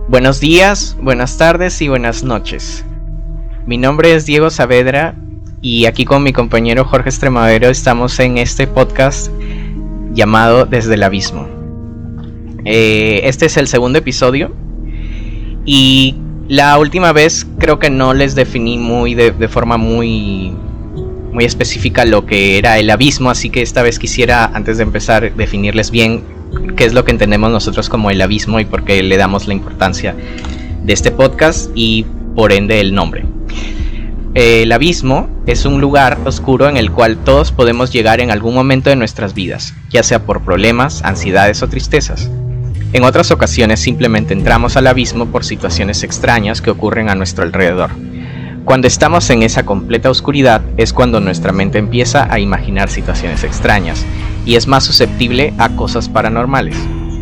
Buenos días, buenas tardes y buenas noches. Mi nombre es Diego Saavedra y aquí con mi compañero Jorge Extremavero estamos en este podcast llamado Desde el Abismo. Este es el segundo episodio y la última vez creo que no les definí de forma muy específica lo que era el abismo, así que esta vez quisiera, antes de empezar, definirles bien qué es lo que entendemos nosotros como el abismo y por qué le damos la importancia de este podcast y por ende el nombre. El abismo es un lugar oscuro en el cual todos podemos llegar en algún momento de nuestras vidas, ya sea por problemas, ansiedades o tristezas. En otras ocasiones simplemente entramos al abismo por situaciones extrañas que ocurren a nuestro alrededor. Cuando estamos en esa completa oscuridad es cuando nuestra mente empieza a imaginar situaciones extrañas y es más susceptible a cosas paranormales.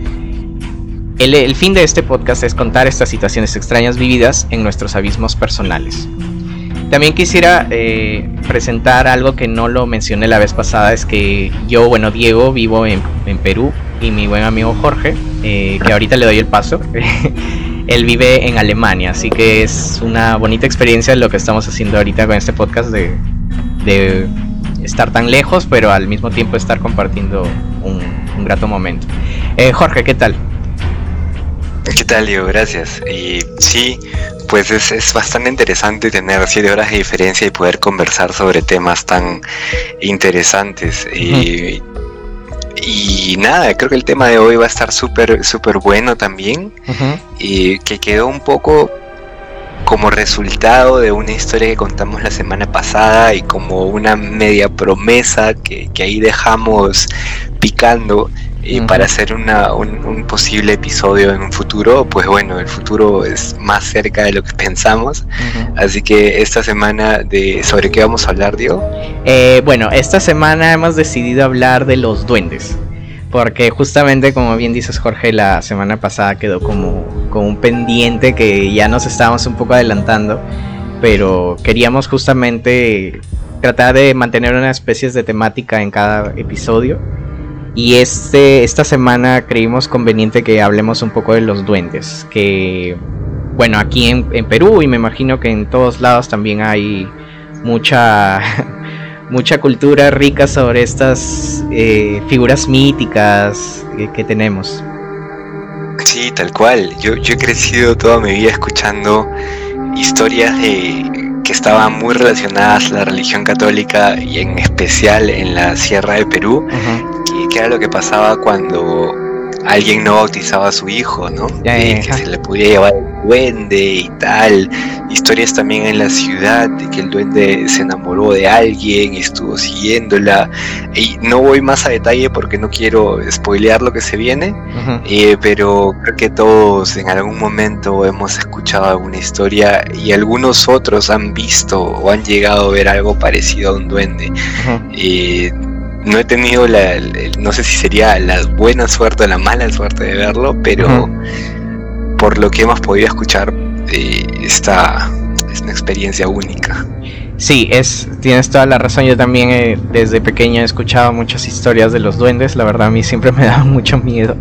El fin de este podcast es contar estas situaciones extrañas vividas en nuestros abismos personales. También quisiera presentar algo que no lo mencioné la vez pasada, es que yo, Diego, vivo en Perú y mi buen amigo Jorge, que ahorita le doy el paso, él vive en Alemania, así que es una bonita experiencia lo que estamos haciendo ahorita con este podcast de estar tan lejos, pero al mismo tiempo estar compartiendo un grato momento. Jorge, ¿qué tal? ¿Qué tal, Diego? Gracias. Y sí, pues es bastante interesante tener 7 horas de diferencia y poder conversar sobre temas tan interesantes. Uh-huh. Y nada, creo que el tema de hoy va a estar súper bueno también. Uh-huh. Y que quedó un poco como resultado de una historia que contamos la semana pasada y como una media promesa que ahí dejamos picando. Y para hacer un posible episodio en un futuro, pues bueno, el futuro es más cerca de lo que pensamos. Uh-huh. Así que esta semana, ¿sobre qué vamos a hablar, Diego? Esta semana hemos decidido hablar de los duendes. Porque justamente, como bien dices, Jorge, la semana pasada quedó como un pendiente que ya nos estábamos un poco adelantando. Pero queríamos justamente tratar de mantener una especie de temática en cada episodio. Y esta semana creímos conveniente que hablemos un poco de los duendes, que aquí en Perú y me imagino que en todos lados también hay mucha cultura rica sobre estas figuras míticas que tenemos. Sí, tal cual. Yo he crecido toda mi vida escuchando historias que estaban muy relacionadas a la religión católica y en especial en la Sierra de Perú. Uh-huh. Que era lo que pasaba cuando alguien no bautizaba a su hijo, ¿no? Que se le podía llevar el duende y tal. Historias también en la ciudad de que el duende se enamoró de alguien y estuvo siguiéndola. Y no voy más a detalle porque no quiero spoilear lo que se viene. Uh-huh. Pero creo que todos en algún momento hemos escuchado alguna historia y algunos otros han visto o han llegado a ver algo parecido a un duende. Uh-huh. No he tenido no sé si sería la buena suerte o la mala suerte de verlo, pero uh-huh. Por lo que hemos podido escuchar, esta es una experiencia única. Sí, tienes toda la razón. Yo también desde pequeño he escuchado muchas historias de los duendes. La verdad a mí siempre me daba mucho miedo.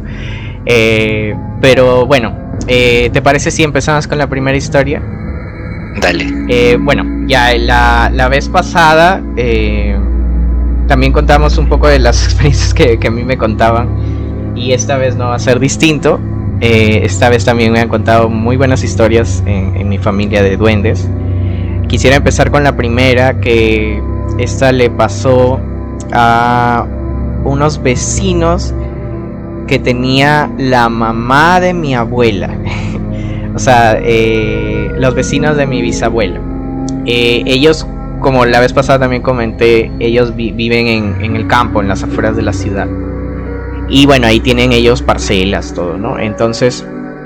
Pero ¿te parece si empezamos con la primera historia? Dale. Ya la vez pasada también contamos un poco de las experiencias que a mí me contaban y esta vez no va a ser distinto. Esta vez también me han contado muy buenas historias en mi familia de duendes. Quisiera empezar con la primera, que esta le pasó a unos vecinos que tenía la mamá de mi abuela. O sea, los vecinos de mi bisabuelo. Ellos, como la vez pasada también comenté, ellos viven en el campo, en las afueras de la ciudad. Y ahí tienen ellos parcelas, todo, ¿no? Entonces,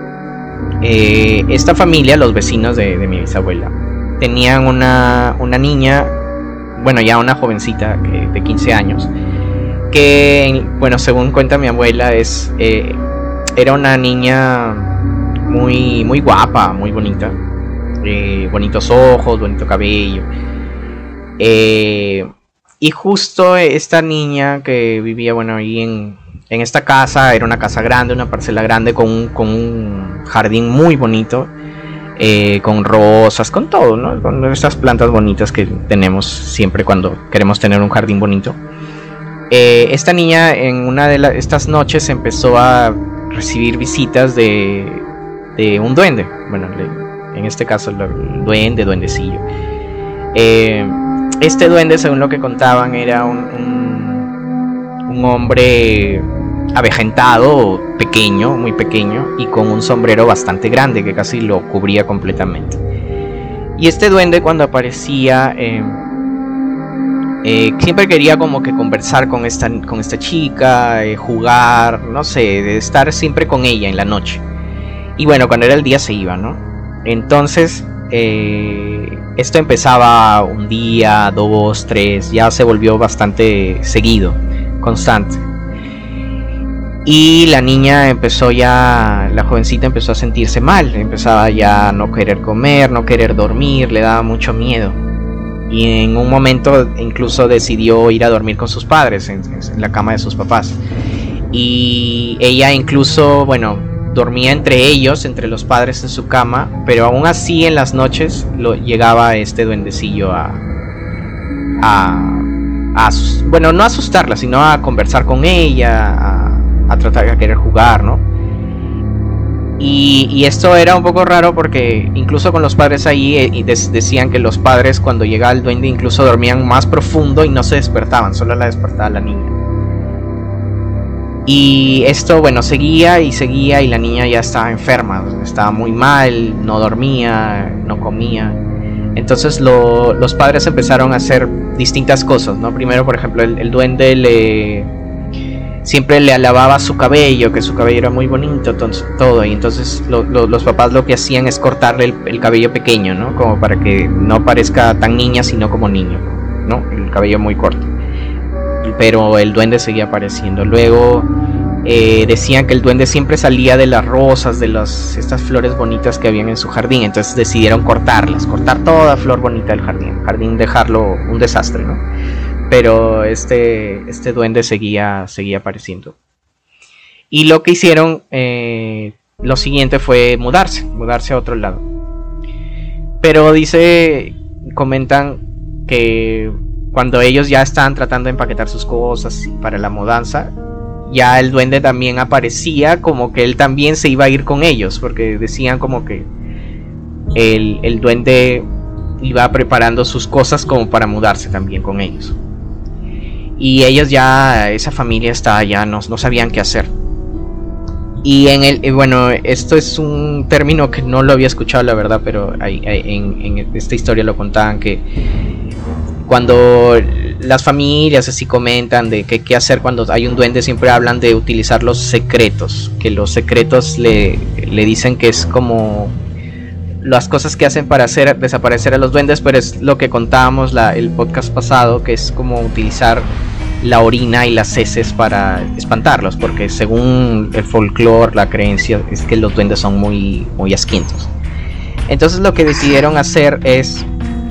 esta familia, los vecinos de mi bisabuela, tenían una niña, ya una jovencita de 15 años, que, según cuenta mi abuela, era una niña muy, muy guapa, muy bonita, bonitos ojos, bonito cabello. Y justo esta niña que vivía ahí en esta casa, era una casa grande, una parcela grande con un jardín muy bonito, con rosas, con todo, ¿no? Con estas plantas bonitas que tenemos siempre cuando queremos tener un jardín bonito. Esta niña en una de estas noches empezó a recibir visitas de un duende. Bueno, en este caso el duendecillo. Este duende, según lo que contaban, era un hombre avejentado, pequeño, muy pequeño, y con un sombrero bastante grande que casi lo cubría completamente. Y este duende, cuando aparecía, siempre quería como que conversar con esta chica, jugar, no sé, de estar siempre con ella en la noche. Y bueno, cuando era el día se iba, ¿no? Entonces, esto empezaba un día, 2, 3, ya se volvió bastante seguido, constante. Y la niña la jovencita empezó a sentirse mal, empezaba ya a no querer comer, no querer dormir, le daba mucho miedo. Y en un momento incluso decidió ir a dormir con sus padres, en la cama de sus papás. Y ella incluso, bueno, dormía entre ellos, entre los padres en su cama, pero aún así en las noches llegaba este duendecillo bueno, no a asustarla, sino a conversar con ella, a tratar de querer jugar, ¿no? Y esto era un poco raro porque incluso con los padres ahí decían que los padres cuando llegaba el duende incluso dormían más profundo y no se despertaban, solo la despertaba la niña. Y esto, bueno, seguía y la niña ya estaba enferma, estaba muy mal, no dormía, no comía. Entonces los padres empezaron a hacer distintas cosas, ¿no? Primero, por ejemplo, el duende siempre le alababa su cabello, que su cabello era muy bonito, todo. Y entonces los papás lo que hacían es cortarle el cabello pequeño, ¿no? Como para que no parezca tan niña, sino como niño, ¿no? El cabello muy corto. Pero el duende seguía apareciendo. Luego decían que el duende siempre salía de las rosas, de estas flores bonitas que habían en su jardín. Entonces decidieron cortar toda flor bonita del jardín, dejarlo un desastre, ¿no? Pero este duende seguía apareciendo. Y lo que hicieron, lo siguiente fue mudarse a otro lado. Pero comentan que cuando ellos ya estaban tratando de empaquetar sus cosas para la mudanza, ya el duende también aparecía como que él también se iba a ir con ellos, porque decían como que el duende iba preparando sus cosas como para mudarse también con ellos. Y ellos ya, esa familia ya no sabían qué hacer. Y bueno, esto es un término que no lo había escuchado, la verdad, pero en esta historia lo contaban, que cuando las familias así comentan de qué hacer cuando hay un duende, siempre hablan de utilizar los secretos, que los secretos le dicen que es como las cosas que hacen para hacer desaparecer a los duendes, pero es lo que contábamos el podcast pasado, que es como utilizar la orina y las heces para espantarlos, porque según el folclore, la creencia es que los duendes son muy, muy asquientos. Entonces lo que decidieron hacer es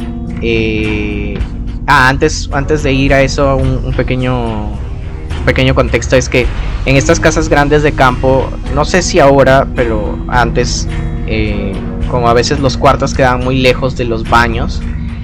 antes de ir a eso, un pequeño contexto es que en estas casas grandes de campo, no sé si ahora, pero antes, como a veces los cuartos quedaban muy lejos de los baños,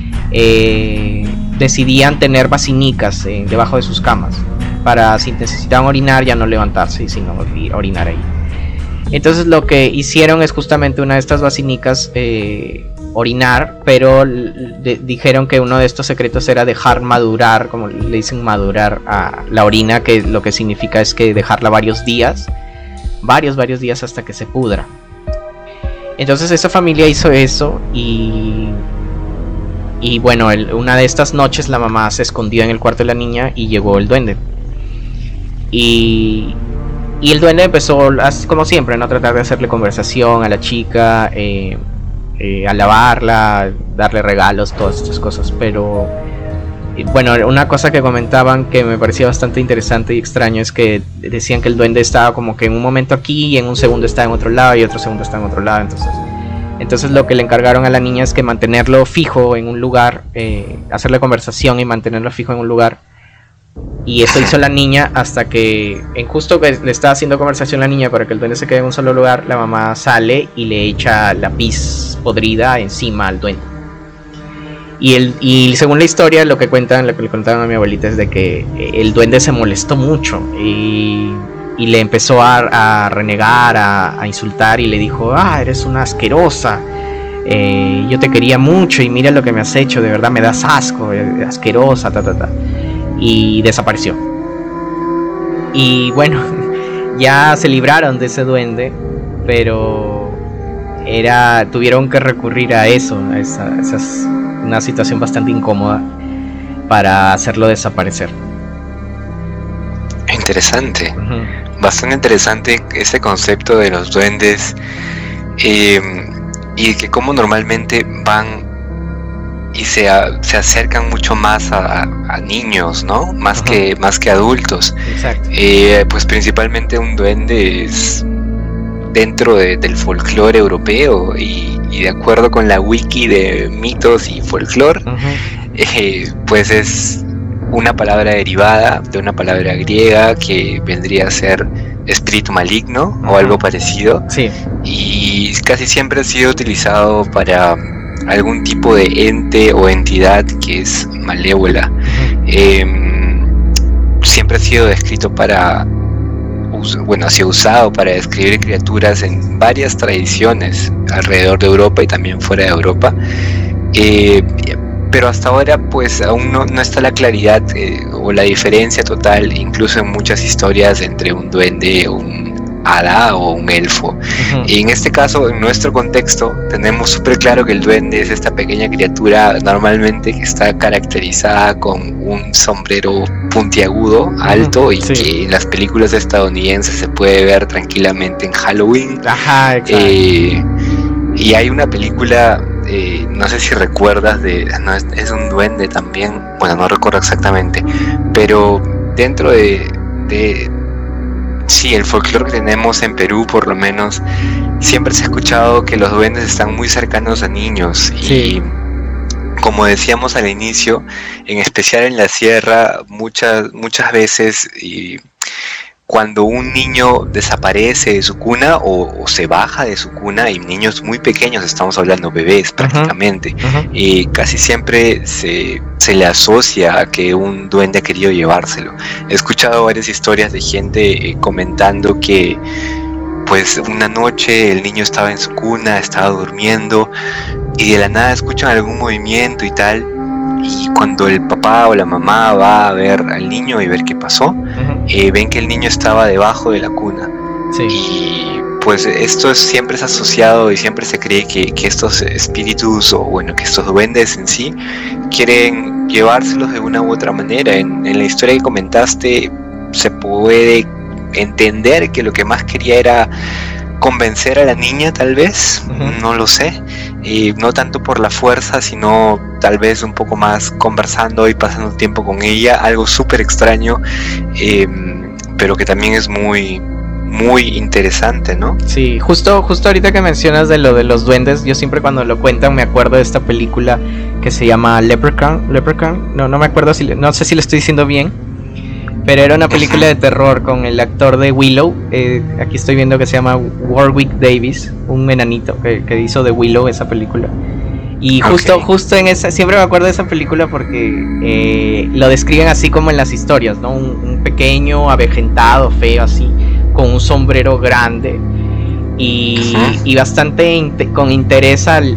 decidían tener basinicas debajo de sus camas para, si necesitaban orinar, ya no levantarse, sino orinar ahí. Entonces lo que hicieron es justamente una de estas basinicas orinar, pero dijeron que uno de estos secretos era dejar madurar, como le dicen, madurar a la orina, que lo que significa es que dejarla varios días hasta que se pudra. Entonces esa familia hizo eso y bueno, una de estas noches la mamá se escondió en el cuarto de la niña y llegó el duende. Y el duende empezó, como siempre, ¿no?, a tratar de hacerle conversación a la chica, alabarla, darle regalos, todas estas cosas. Pero bueno, una cosa que comentaban que me parecía bastante interesante y extraño es que decían que el duende estaba como que en un momento aquí y en un segundo está en otro lado y otro segundo está en otro lado. Entonces lo que le encargaron a la niña es que mantenerlo fijo en un lugar, hacerle conversación y mantenerlo fijo en un lugar Y eso hizo la niña hasta que, en justo que le estaba haciendo conversación la niña para que el duende se quede en un solo lugar, la mamá sale y le echa la pis podrida encima al duende. Y según la historia, lo que le contaban a mi abuelita es de que el duende se molestó mucho y le empezó a renegar, a insultar, y le dijo: eres una asquerosa, yo te quería mucho y mira lo que me has hecho, de verdad me das asco, asquerosa, y desapareció. Y bueno, ya se libraron de ese duende, pero tuvieron que recurrir a eso, una situación bastante incómoda para hacerlo desaparecer. Interesante. Bastante interesante ese concepto de los duendes, y que como normalmente van y se acercan mucho más a niños, ¿no? Más que adultos. Exacto. Pues principalmente un duende es dentro del folclore europeo, y de acuerdo con la wiki de mitos y folclore, pues es una palabra derivada de una palabra griega que vendría a ser espíritu maligno o algo parecido. Sí. Y casi siempre ha sido utilizado para algún tipo de ente o entidad que es malévola. Siempre ha sido descrito ha sido usado para describir criaturas en varias tradiciones alrededor de Europa y también fuera de Europa. Pero hasta ahora pues aún no está la claridad o la diferencia total, incluso en muchas historias, entre un duende, un hada o un elfo. Y en este caso, en nuestro contexto, tenemos súper claro que el duende es esta pequeña criatura normalmente que está caracterizada con un sombrero puntiagudo, alto, y que en las películas estadounidenses se puede ver tranquilamente en Halloween. Exacto. Y hay una película, no sé si recuerdas, es un duende también, bueno, no recuerdo exactamente, pero dentro de el folclore que tenemos en Perú, por lo menos, siempre se ha escuchado que los duendes están muy cercanos a niños. Y como decíamos al inicio, en especial en la sierra, muchas veces, cuando un niño desaparece de su cuna o se baja de su cuna, y niños muy pequeños, estamos hablando bebés prácticamente, casi siempre se le asocia a que un duende ha querido llevárselo. He escuchado varias historias de gente comentando que pues una noche el niño estaba en su cuna, estaba durmiendo, y de la nada escuchan algún movimiento y tal, y cuando el papá o la mamá va a ver al niño y ver qué pasó, ven que el niño estaba debajo de la cuna. Y pues esto siempre es asociado y siempre se cree que estos espíritus, o bueno, que estos duendes en sí, quieren llevárselos de una u otra manera. En la historia que comentaste se puede entender que lo que más quería era convencer a la niña, tal vez, no lo sé, no tanto por la fuerza, sino tal vez un poco más conversando y pasando tiempo con ella, algo súper extraño, pero que también es muy interesante, ¿no? Sí, justo ahorita que mencionas de lo de los duendes, yo siempre cuando lo cuentan me acuerdo de esta película que se llama Leprechaun, no me acuerdo, no sé si lo estoy diciendo bien, pero era una película de terror con el actor de Willow. Aquí estoy viendo que se llama Warwick Davis, un enanito que hizo de Willow esa película. Y justo en esa, siempre me acuerdo de esa película porque lo describen así como en las historias, ¿no? Un pequeño, avejentado, feo, así, con un sombrero grande y bastante con interés a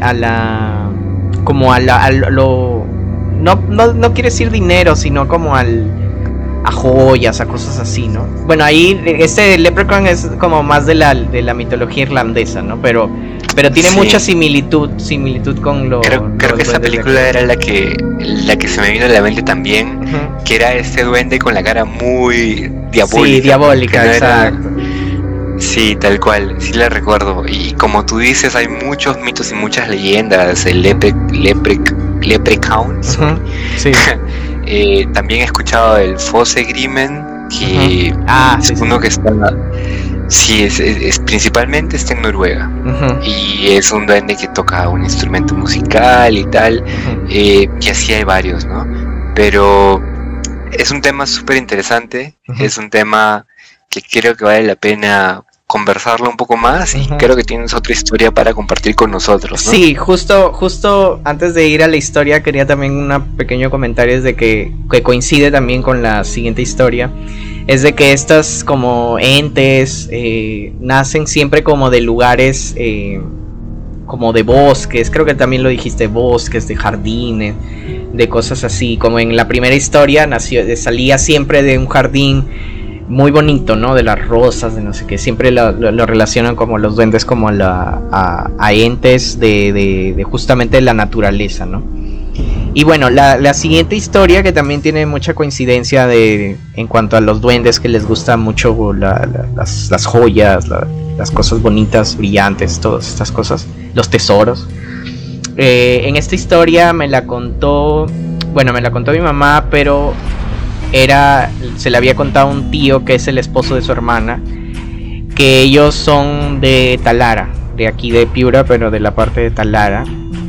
lo no quiere decir dinero, sino como a joyas, a cosas así, ¿no? Bueno, ahí este Leprechaun es como más de la mitología irlandesa, ¿no? Pero tiene mucha similitud con lo... Creo que esa película era la que se me vino a la mente también, que era este duende con la cara muy diabólica. Sí, diabólica, exacto. Sí, tal cual, sí la recuerdo. Y como tú dices, hay muchos mitos y muchas leyendas. El Leprechaun. Sí. También he escuchado del Fosegrimen, que es uno que está... Sí, es principalmente está en Noruega, y es un duende que toca un instrumento musical y tal, que así hay varios, ¿no? Pero es un tema súper interesante, Ujú. es un tema que creo que vale la pena conversarlo un poco más y Ujú. creo que tienes otra historia para compartir con nosotros, ¿no? Sí, justo antes de ir a la historia quería también un pequeño comentario es de que coincide también con la siguiente historia. Es de que estas como entes nacen siempre como de lugares como de bosques, creo que también lo dijiste, bosques, de jardines, de cosas así. Como en la primera historia salía siempre de un jardín muy bonito, ¿no? De las rosas, de no sé qué. Siempre lo relacionan como los duendes como a entes de justamente la naturaleza, ¿no? Y bueno, la siguiente historia que también tiene mucha coincidencia en cuanto a los duendes que les gusta mucho las joyas, las cosas bonitas, brillantes, todas estas cosas, los tesoros. En esta historia me la contó mi mamá, pero se le había contado a un tío que es el esposo de su hermana, que ellos son de Talara, de aquí de Piura, pero de la parte de Talara.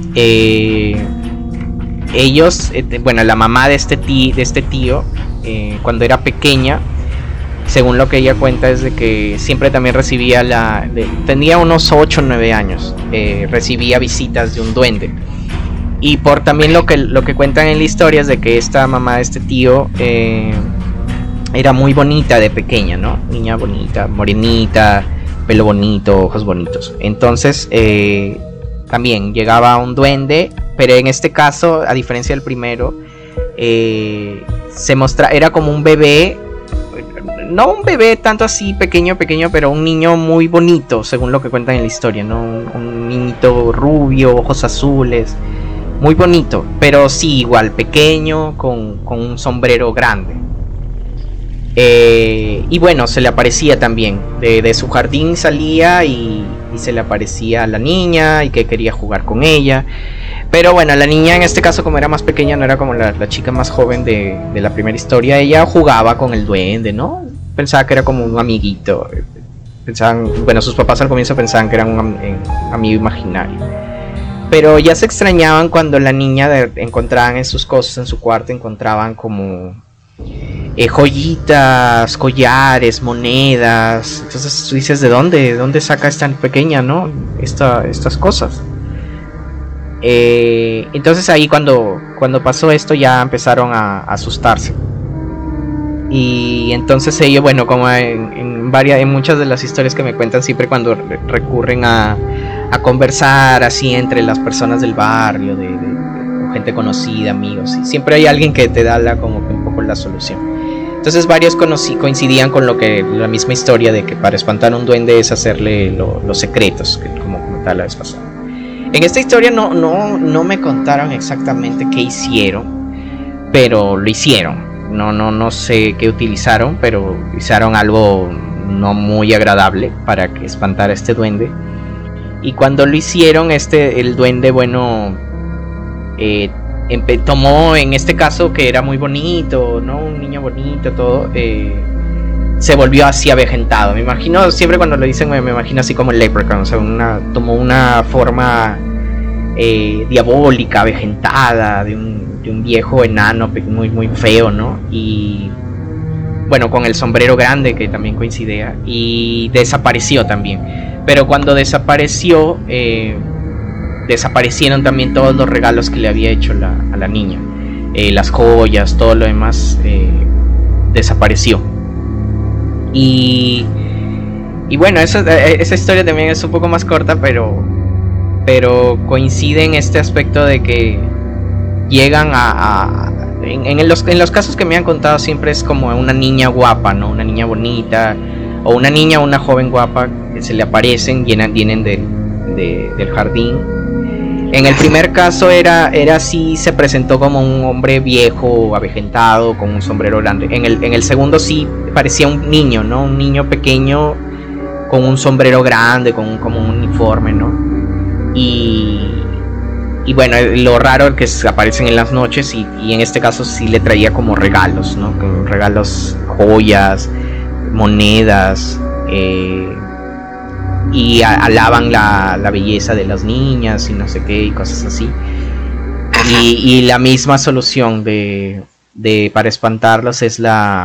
Ellos, la mamá de este tío, cuando era pequeña, según lo que ella cuenta, es de que siempre también recibía tenía unos 8 o 9 años, recibía visitas de un duende. Y por también lo que cuentan en la historia es de que esta mamá de este tío era muy bonita de pequeña, ¿no? Niña bonita, morenita, pelo bonito, ojos bonitos. Entonces también llegaba un duende, pero en este caso, a diferencia del primero, era como un bebé, no un bebé tanto así pequeño, pero un niño muy bonito, según lo que cuentan en la historia, ¿no? Un niñito rubio, ojos azules, muy bonito, pero sí, igual, pequeño, con un sombrero grande. Y bueno, se le aparecía también, de su jardín salía y se le aparecía a la niña y que quería jugar con ella. Pero bueno, la niña en este caso, como era más pequeña, no era como la chica más joven de la primera historia, ella jugaba con el duende, ¿no? Pensaba que era como un amiguito. Sus papás al comienzo pensaban que era un amigo imaginario. Pero ya se extrañaban cuando la niña encontraban en sus cosas, en su cuarto, encontraban como joyitas, collares, monedas. Entonces tú dices, ¿de dónde saca esta pequeña, no? Estas cosas. Entonces ahí cuando pasó esto ya empezaron a asustarse. Y entonces ellos, bueno, como en muchas de las historias que me cuentan, siempre cuando recurren a conversar así entre las personas del barrio, de gente conocida, amigos, y siempre hay alguien que te da como que un poco la solución. Entonces varios coincidían con la misma historia de que para espantar a un duende es hacerle los secretos, que como comentaba la vez pasada. En esta historia no me contaron exactamente qué hicieron, pero lo hicieron. No sé qué utilizaron, pero utilizaron algo no muy agradable para que espantara a este duende. Y cuando lo hicieron, el duende, bueno, tomó, en este caso, que era muy bonito, ¿no? Un niño bonito, todo, se volvió así avejentado. Me imagino, siempre cuando lo dicen, me imagino así como el Leprechaun, o sea, tomó una forma diabólica, avejentada, de un viejo enano muy, muy feo, ¿no? Y bueno, con el sombrero grande, que también coincidía, y desapareció también. Pero cuando desapareció, desaparecieron también todos los regalos que le había hecho a la niña. Las joyas, todo lo demás desapareció. Y bueno, esa historia también es un poco más corta, pero coincide en este aspecto de que llegan en los casos que me han contado siempre es como una niña guapa, ¿no? Una niña bonita, o una joven guapa que se le aparecen, vienen del jardín. En el primer caso era así, se presentó como un hombre viejo, avejentado, con un sombrero grande. En el segundo sí parecía un niño, ¿no? Un niño pequeño con un sombrero grande, como un uniforme, ¿no? Y bueno, lo raro es que aparecen en las noches y en este caso sí le traía como regalos, ¿no? Como regalos, joyas, monedas, y alaban la belleza de las niñas y no sé qué y cosas así. Y la misma solución de para espantarlos es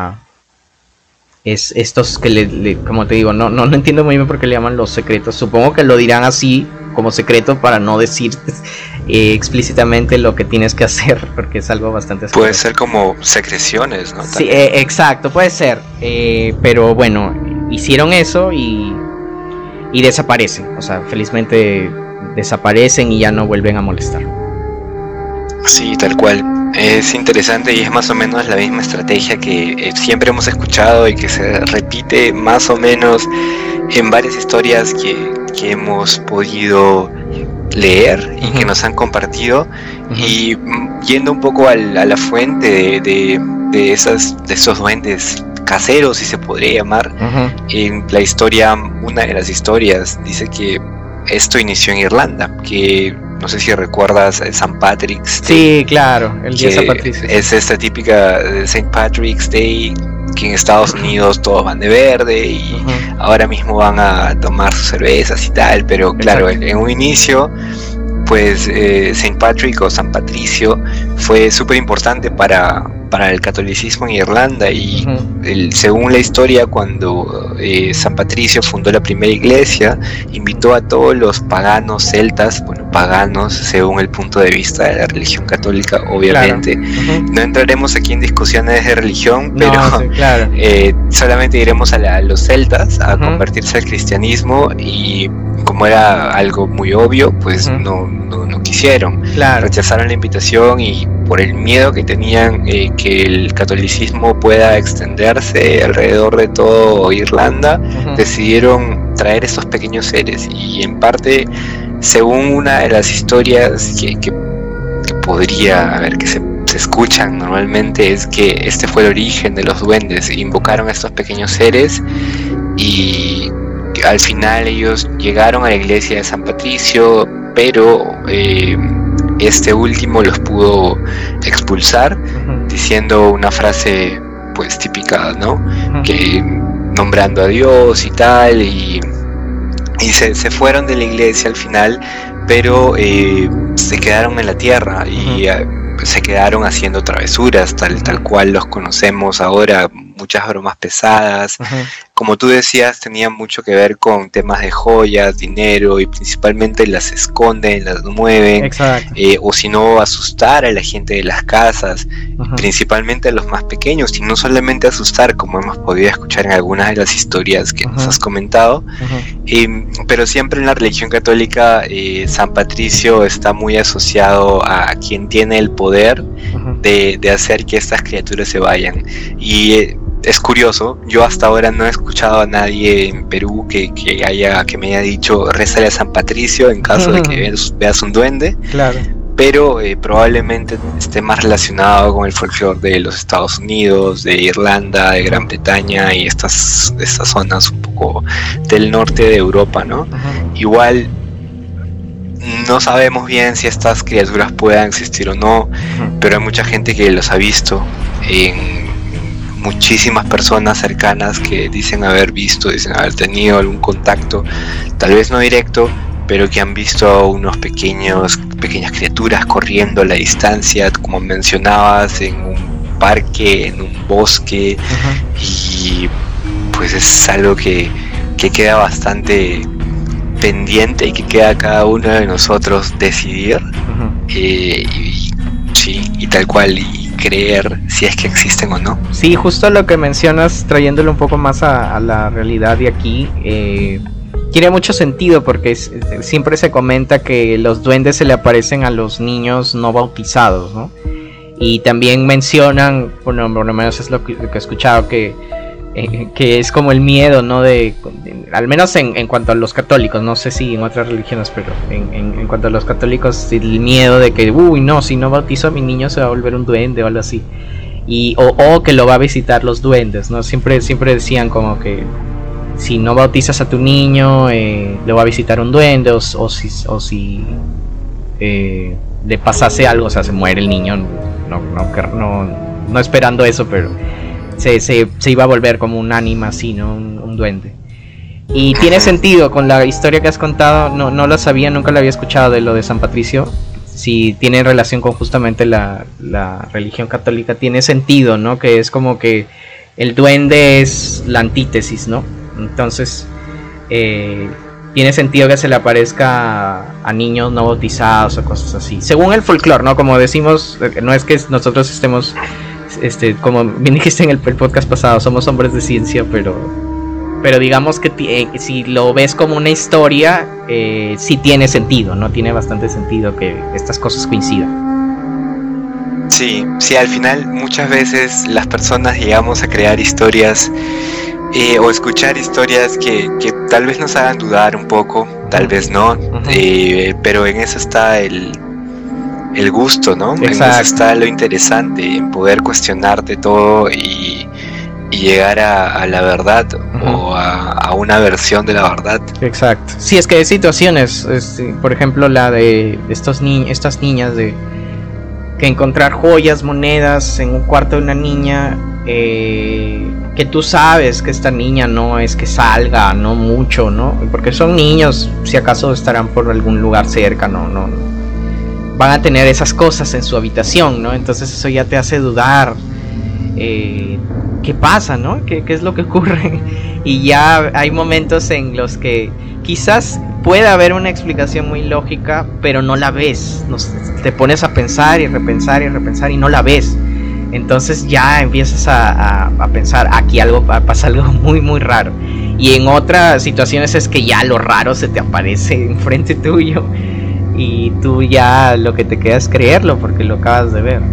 estos que como te digo, no entiendo muy bien por qué le llaman los secretos. Supongo que lo dirán así como secreto para no decir explícitamente lo que tienes que hacer, porque es algo bastante asqueroso. Puede ser como secreciones, ¿no? Sí, exacto, puede ser, pero bueno, hicieron eso y desaparecen, o sea, felizmente desaparecen y ya no vuelven a molestar. Sí, tal cual. Es interesante y es más o menos la misma estrategia que siempre hemos escuchado y que se repite más o menos en varias historias que hemos podido leer y que nos han compartido. Y yendo un poco a la fuente de esos duendes caseros, si se podría llamar, en la historia, una de las historias dice que esto inició en Irlanda, que no sé si recuerdas St. Patrick's Day. Sí, claro, el día de San Patricio. Es esta típica St. Patrick's Day, que en Estados Unidos todos van de verde y ahora mismo van a tomar sus cervezas y tal, pero claro, en un inicio, pues St. Patrick o San Patricio fue súper importante para el catolicismo en Irlanda y según la historia, cuando San Patricio fundó la primera iglesia, invitó a todos los paganos celtas, bueno, paganos según el punto de vista de la religión católica, obviamente. Claro. No entraremos aquí en discusiones de religión, pero solamente iremos a los celtas a convertirse al cristianismo, y como era algo muy obvio, pues no quisieron. Rechazaron la invitación y por el miedo que tenían que el catolicismo pueda extenderse alrededor de todo Irlanda, decidieron traer estos pequeños seres. Y en parte, según una de las historias que podría haber, que se escuchan normalmente, es que este fue el origen de los duendes. Invocaron a estos pequeños seres y al final ellos llegaron a la iglesia de San Patricio, pero este último los pudo expulsar diciendo una frase pues típica, ¿no? Que nombrando a Dios y tal, y se fueron de la iglesia al final, pero se quedaron en la tierra y se quedaron haciendo travesuras tal cual los conocemos ahora, muchas bromas pesadas. Como tú decías, tenían mucho que ver con temas de joyas, dinero, y principalmente las esconden, las mueven, o si no, asustar a la gente de las casas, principalmente a los más pequeños, y no solamente asustar, como hemos podido escuchar en algunas de las historias que nos has comentado, pero siempre en la religión católica San Patricio está muy asociado a quien tiene el poder de hacer que estas criaturas se vayan. Y es curioso, yo hasta ahora no he escuchado a nadie en Perú que me haya dicho rézale a San Patricio en caso de que veas un duende. Claro. Pero probablemente esté más relacionado con el folclore de los Estados Unidos, de Irlanda, de Gran Bretaña y estas zonas un poco del norte de Europa, ¿no? Igual no sabemos bien si estas criaturas puedan existir o no, pero hay mucha gente que los ha visto, muchísimas personas cercanas que dicen haber visto, dicen haber tenido algún contacto, tal vez no directo, pero que han visto a unos pequeñas criaturas corriendo a la distancia, como mencionabas, en un parque, en un bosque, y pues es algo que queda bastante pendiente y que queda a cada uno de nosotros decidir, y tal cual, y creer si es que existen o no. Sí, justo lo que mencionas, trayéndolo un poco más a la realidad de aquí, tiene mucho sentido porque siempre se comenta que los duendes se le aparecen a los niños no bautizados, ¿no? Y también mencionan, por lo menos es lo que he escuchado, que es como el miedo, ¿no? Al menos en cuanto a los católicos, no sé si en otras religiones, pero en cuanto a los católicos, el miedo de que, no, si no bautizo a mi niño se va a volver un duende o algo así. O que lo va a visitar los duendes, ¿no? Siempre decían como que si no bautizas a tu niño, lo va a visitar un duende, o si le pasase algo, o sea, se muere el niño, no esperando eso, pero se iba a volver como un ánima así, ¿no? Un duende. Y tiene sentido con la historia que has contado, no lo sabía, nunca lo había escuchado de lo de San Patricio. si tiene relación con justamente la religión católica, tiene sentido, ¿no? Que es como que el duende es la antítesis, ¿no? Entonces tiene sentido que se le aparezca a niños no bautizados o cosas así, según el folclore, ¿no? Como decimos, no es que nosotros estemos, como bien dijiste en el podcast pasado, somos hombres de ciencia, pero digamos que si lo ves como una historia, sí tiene sentido, ¿no? Tiene bastante sentido que estas cosas coincidan. Sí, al final muchas veces las personas llegamos a crear historias o escuchar historias que tal vez nos hagan dudar un poco, tal vez no, pero en eso está el gusto, ¿no? Exacto. En eso está lo interesante, en poder cuestionarte todo y llegar a la verdad o a una versión de la verdad. Exacto. Sí, es que hay situaciones, por ejemplo la de estas niñas, de que encontrar joyas, monedas en un cuarto de una niña, que tú sabes que esta niña no es que salga, no mucho, ¿no? Porque son niños, si acaso estarán por algún lugar cerca, no van a tener esas cosas en su habitación, ¿no? Entonces eso ya te hace dudar. ¿Qué pasa, no? ¿Qué es lo que ocurre? Y ya hay momentos en los que quizás puede haber una explicación muy lógica, pero no la ves. Te pones a pensar y repensar y no la ves. Entonces ya empiezas a pensar, aquí pasa algo muy muy raro. Y en otras situaciones es que ya lo raro se te aparece enfrente tuyo y tú ya lo que te queda es creerlo porque lo acabas de ver.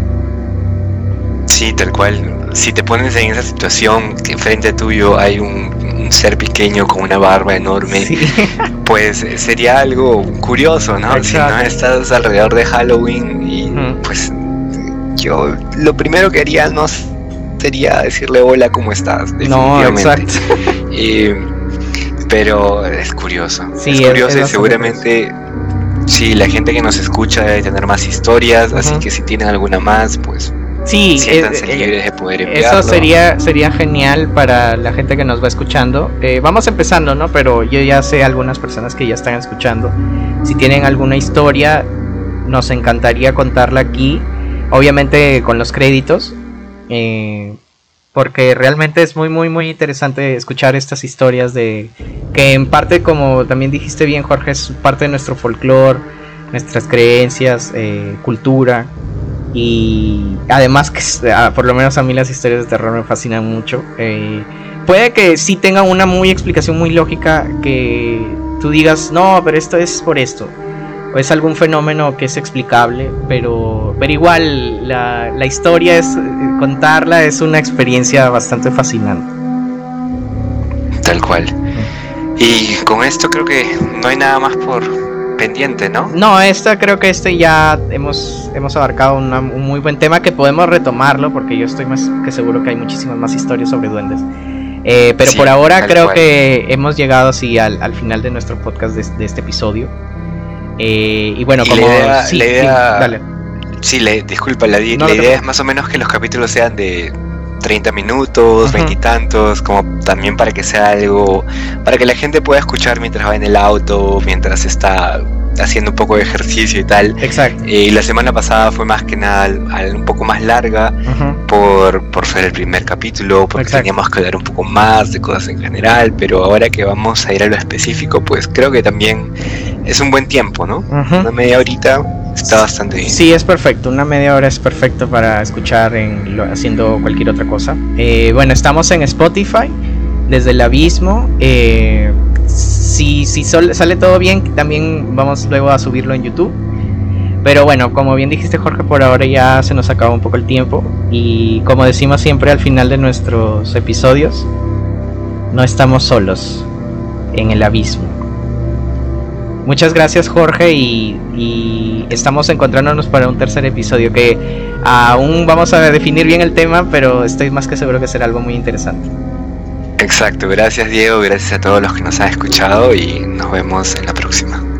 Sí, tal cual. Si te pones en esa situación que enfrente tuyo hay un ser pequeño con una barba enorme, sí, pues sería algo curioso, ¿no? Exacto. Si no estás alrededor de Halloween y pues yo lo primero que haría no sería decirle hola, ¿cómo estás? No, exacto. Pero es curioso. Sí, es curioso y seguramente sí, la gente que nos escucha debe tener más historias, así que si tienen alguna más, pues sí, siéntanse libres de poder enviarlo. Eso sería genial para la gente que nos va escuchando. Vamos empezando, ¿no? Pero yo ya sé algunas personas que ya están escuchando. Si tienen alguna historia, nos encantaría contarla aquí. Obviamente con los créditos. Porque realmente es muy, muy, muy interesante escuchar estas historias que en parte, como también dijiste bien, Jorge, es parte de nuestro folclore, nuestras creencias, cultura. Y además que por lo menos a mí las historias de terror me fascinan mucho. Puede que sí tengan una explicación muy lógica, que tú digas, no, pero esto es por esto, o es algún fenómeno que es explicable, pero igual la historia contarla es una experiencia bastante fascinante. Tal cual. Y con esto creo que no hay nada más por pendiente, ¿no? No, creo que ya hemos abarcado un muy buen tema que podemos retomarlo, porque yo estoy más que seguro que hay muchísimas más historias sobre duendes. Pero sí, por ahora creo que hemos llegado así al final de nuestro podcast de este episodio. Y bueno, como la idea es más o menos que los capítulos sean de 30 minutos, 20 y tantos, como también para que sea algo, para que la gente pueda escuchar mientras va en el auto, mientras está haciendo un poco de ejercicio y tal. Exacto. La semana pasada fue más que nada un poco más larga por ser el primer capítulo, porque teníamos que hablar un poco más de cosas en general, pero ahora que vamos a ir a lo específico, pues creo que también es un buen tiempo, ¿no? Una media horita está bastante bien. Sí, es perfecto, una media hora es perfecto para escuchar haciendo cualquier otra cosa. Bueno, estamos en Spotify, desde el abismo. Si sale todo bien, también vamos luego a subirlo en YouTube. Pero bueno, como bien dijiste, Jorge, por ahora ya se nos acaba un poco el tiempo. Y como decimos siempre al final de nuestros episodios, no estamos solos en el abismo. Muchas gracias, Jorge, y estamos encontrándonos para un tercer episodio que aún vamos a definir bien el tema, pero estoy más que seguro que será algo muy interesante. Exacto, gracias Diego, gracias a todos los que nos han escuchado y nos vemos en la próxima.